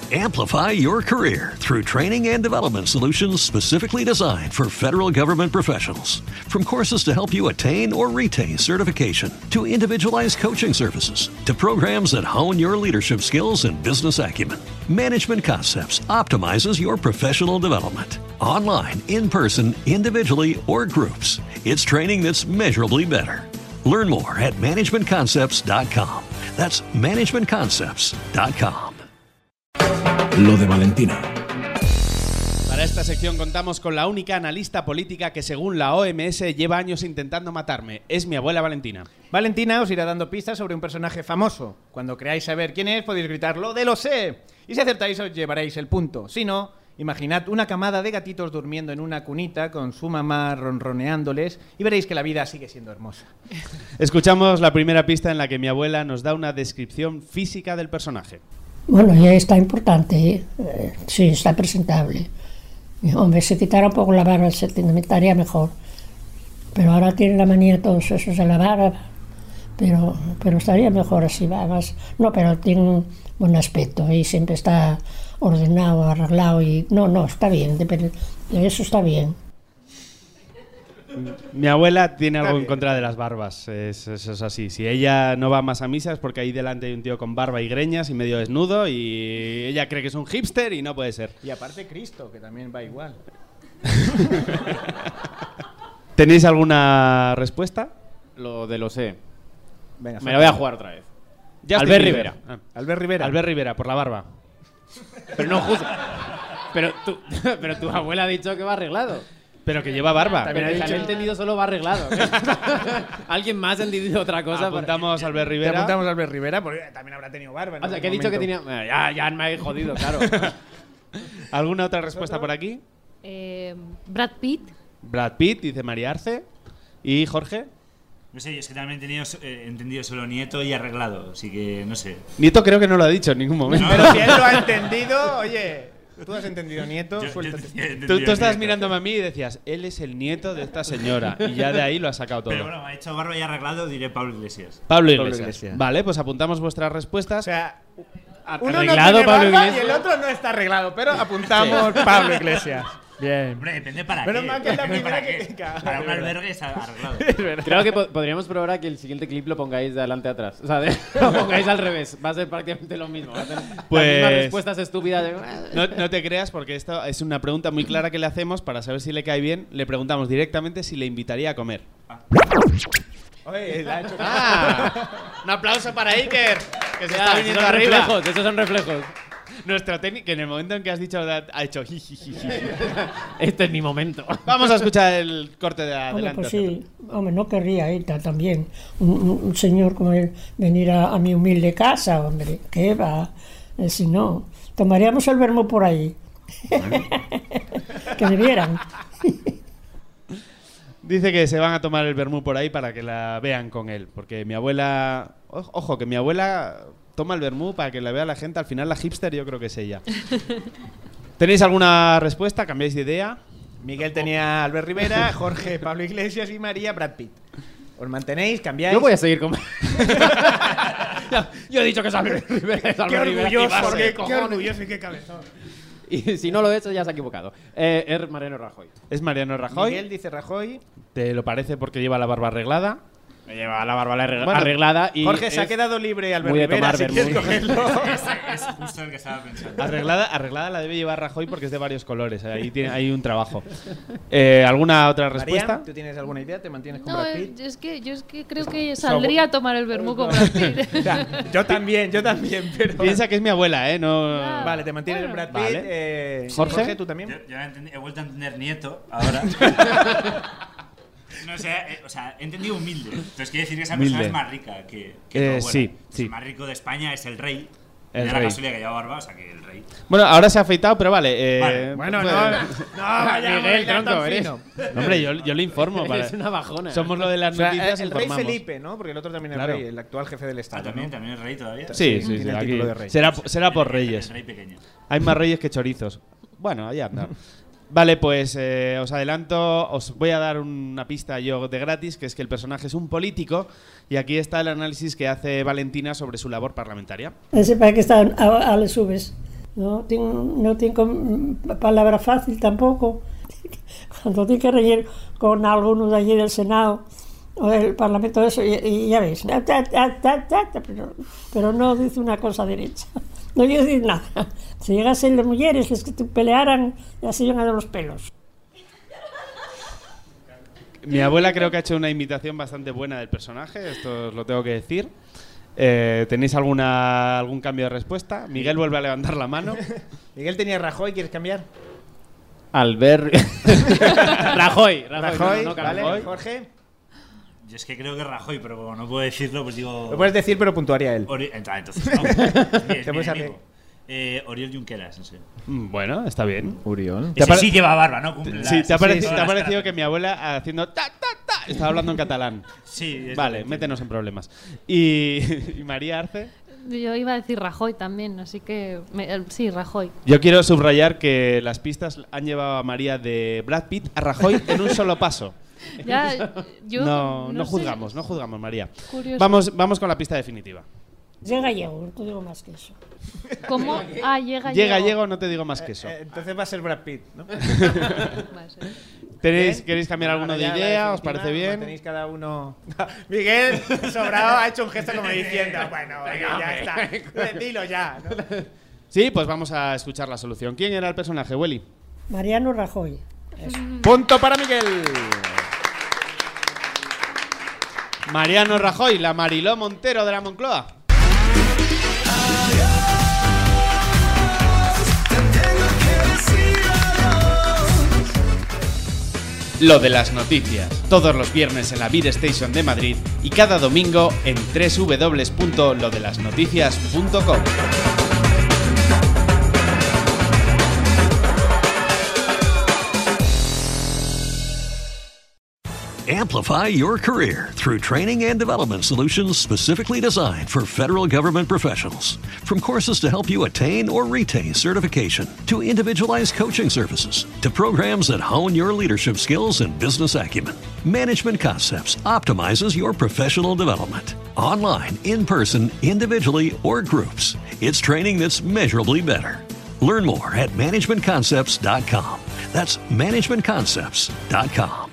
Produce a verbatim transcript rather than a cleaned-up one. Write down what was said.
Amplify your career through training and development solutions specifically designed for federal government professionals. From courses to help you attain or retain certification, to individualized coaching services, to programs that hone your leadership skills and business acumen, Management Concepts optimizes your professional development. Online, in person, individually, or groups, it's training that's measurably better. Learn more at management concepts dot com. That's management concepts dot com. Lo de Valentina. Para esta sección contamos con la única analista política que, según la O M S, lleva años intentando matarme. Es mi abuela Valentina. Valentina os irá dando pistas sobre un personaje famoso. Cuando creáis saber quién es, podéis gritar "lo de lo sé". Y si acertáis, os llevaréis el punto. Si no, imaginad una camada de gatitos durmiendo en una cunita con su mamá ronroneándoles y veréis que la vida sigue siendo hermosa. Escuchamos la primera pista en la que mi abuela nos da una descripción física del personaje. Bueno, ya está importante, eh, sí, está presentable. Hombre, si quitara un poco la barba se estaría mejor. Pero ahora tiene la manía todos esos de la barba. Pero, pero estaría mejor así, más. No, pero tiene un buen aspecto y siempre está ordenado, arreglado y... No, no, está bien, depende, eso está bien. Mi abuela tiene algo en contra de las barbas, eso es, es así. Si ella no va más a misa es porque ahí delante hay un tío con barba y greñas y medio desnudo y ella cree que es un hipster y no puede ser. Y aparte Cristo, que también va igual. ¿Tenéis alguna respuesta? Lo de lo sé. Venga, me la voy a jugar otra vez. Justin Albert Bieber. Rivera. Ah. Albert Rivera. Albert Rivera, por la barba. Pero no justo. Pero tu, pero tu abuela ha dicho que va arreglado. Pero que lleva barba. Pero el que he entendido solo va arreglado. ¿Alguien más ha entendido otra cosa? Apuntamos a Albert Te Rivera. apuntamos a Albert Rivera porque también habrá tenido barba. O sea, que he dicho que tenía... Ya, ya me he jodido, claro. ¿Alguna otra respuesta por aquí? Eh, Brad Pitt. Brad Pitt, dice María Arce. ¿Y Jorge? No sé, es que también he entendido, eh, entendido solo nieto y arreglado, así que no sé. Nieto creo que no lo ha dicho en ningún momento. No, pero si él lo ha entendido, oye... Tú has entendido nieto, Yo, suéltate. yo, yo Tú, tú estabas nieto. mirándome a mí y decías, él es el nieto de esta señora. Y ya de ahí lo has sacado todo. Pero bueno, me ha hecho barba y arreglado, diré Pablo Iglesias. Pablo Iglesias. Pablo Iglesias. Vale, pues apuntamos vuestras respuestas. O sea, uno Arreglado, no tiene Pablo barba Iglesias. y el otro no está arreglado, pero apuntamos Pablo Iglesias. Bien. Hombre, depende para Menos qué. mal que es la Depende primera para que- qué. que- Para un albergue está arreglado. Creo que po- podríamos probar a que el siguiente clip lo pongáis de adelante a atrás. O sea, de- lo pongáis al revés. Va a ser prácticamente lo mismo. Va a ser Pues- las mismas respuestas estúpidas. De... No, no te creas, porque esto es una pregunta muy clara que le hacemos para saber si le cae bien. Le preguntamos directamente si le invitaría a comer. Oye, la ha hecho. ¡Ah! Un aplauso para Iker, que se Ya, está esos viniendo son arriba. reflejos, esos son reflejos. Nuestro técnico, que en el momento en que has dicho ha hecho jijijiji. Este es mi momento. Vamos a escuchar el corte de Hombre, adelante. pues sí, hombre, no querría ir ta- también un, un- un señor como él venir a, a mi humilde casa, hombre, ¿qué va? Eh, si no, tomaríamos el vermú por ahí. Que me vieran. Dice que se van a tomar el vermú por ahí para que la vean con él. Porque mi abuela... o- Ojo, que mi abuela toma el vermú para que la vea la gente. Al final la hipster yo creo que es ella. ¿Tenéis alguna respuesta? ¿Cambiáis de idea? Miguel tenía Albert Rivera, Jorge Pablo Iglesias y María Brad Pitt. ¿Os mantenéis? ¿Cambiáis? Yo voy a seguir con... Yo he dicho que es Albert Rivera. Es Qué Albert Rivera y va a orgulloso, ser, qué, qué cojones. orgulloso y qué cabezón. Y si no lo he hecho, ya se ha equivocado. Eh, es Mariano Rajoy. Es Mariano Rajoy. Miguel dice Rajoy. ¿Te lo parece porque lleva la barba arreglada? Me lleva la barba arregla- Bueno, arreglada y Jorge, se ha es quedado libre Albert muy de Rivera, tomar si quieres vermut. cogerlo. Es, es justo el que estaba pensando. Arreglada, arreglada la debe llevar Rajoy porque es de varios colores. Ahí tiene, hay un trabajo. Eh, ¿Alguna otra respuesta? María, ¿tú tienes alguna idea? ¿Te mantienes con No, Brad eh, Pitt? yo es que yo es que creo que saldría a tomar el vermú con Brad Pitt. O sea, yo también, yo también, pero... Piensa que es mi abuela, ¿eh? No... Ah. Vale, te mantienes Bueno. en Brad Pitt. Vale. Eh, Jorge. Jorge, ¿tú también? Yo, yo he, entendi- he vuelto a entender nieto ahora. No sé, eh, o sea, he entendido humilde. Entonces quiere decir que esa persona Humilde. es más rica que, que Eh, tu abuela. sí, Pues sí. El más rico de España es el rey. El Y da la rey. casualidad que lleva barba, o sea que el rey. Bueno, ahora se ha afeitado, pero vale. eh, Vale, Bueno, pues- no, no, vaya, Miguel, ya tronco, tan eres- fino. Hombre, yo, yo le informo. Para... Es una bajona. Somos lo de las O sea, noticias, el rey informamos. Felipe, ¿no? Porque el otro también es Claro. rey, el actual jefe del Ah, Estado. también, ¿no? también es rey todavía. Sí, Sí, sí, tiene sí. el aquí título de rey. Será, será por El- reyes. El rey pequeño. Hay más reyes que chorizos. Bueno, ahí anda. Vale, pues eh, os adelanto, os voy a dar una pista yo de gratis, que es que el personaje es un político y aquí está el análisis que hace Valentina sobre su labor parlamentaria. Ese para que está a, a le subes. No tiene, no tiene com- palabra fácil tampoco. Cuando tiene que reír con alguno de allí del Senado o del Parlamento, eso, y, y ya ves, ta, ta, ta, ta, ta, pero, pero no dice una cosa derecha. No quiere decir nada. Si llegasen las mujeres que te pelearan, ya se llenan de los pelos. Mi abuela creo que ha hecho una imitación bastante buena del personaje, esto os lo tengo que decir. Eh, ¿Tenéis alguna algún cambio de respuesta? Miguel vuelve a levantar la mano. Miguel tenía Rajoy, ¿quieres cambiar? Albert. Rajoy. Rajoy, Rajoy, no, no, vale. Rajoy. Jorge. Yo es que creo que Rajoy, pero como no puedo decirlo, pues digo... Lo puedes decir, pero puntuaría él. Ori- Entonces, entonces no. Es mi- es Te mi puedes enemigo. Eh, Oriol Junqueras, no sé. Mm, Bueno, está bien. Uriol. ¿Te Ese pare- sí lleva barba, ¿no? Cumple Sí, las- ¿te ha, pareci- todas te ha las parecido que características. mi abuela haciendo ta, ta, ta? Estaba hablando en catalán. Sí, es Vale, lo que- métenos en problemas. Y, y María Arce. Yo iba a decir Rajoy también, así que me- eh, sí, Rajoy. Yo quiero subrayar que las pistas han llevado a María de Brad Pitt a Rajoy en un solo paso. Ya, yo no, no sé. juzgamos, no juzgamos, María. Curioso. Vamos, vamos con la pista definitiva. Llega gallego, no te digo más que eso. ¿Cómo? Ah, llega Llega, llego. llego, no te digo más que eso. Eh, entonces va a ser Brad Pitt, ¿no? Va a ser. ¿Tenéis, Bien. ¿Queréis cambiar alguno de Ahora ya la idea? ¿Os definitiva, parece bien? Tenéis cada uno. Miguel Sobrado ha hecho un gesto como diciendo, bueno, venga, ya está. Dilo ya, ¿no? Sí, pues vamos a escuchar la solución. ¿Quién era el personaje, Welly? Mariano Rajoy. Eso. Punto para Miguel. Mariano Rajoy, la Mariló Montero de la Moncloa. Lo de las noticias, todos los viernes en la Beer Station de Madrid y cada domingo en doble u doble u doble u punto lo de las noticias punto com. Amplify your career through training and development solutions specifically designed for federal government professionals. From courses to help you attain or retain certification, to individualized coaching services, to programs that hone your leadership skills and business acumen, Management Concepts optimizes your professional development. Online, in person, individually, or groups, it's training that's measurably better. Learn more at management concepts dot com. That's management concepts dot com.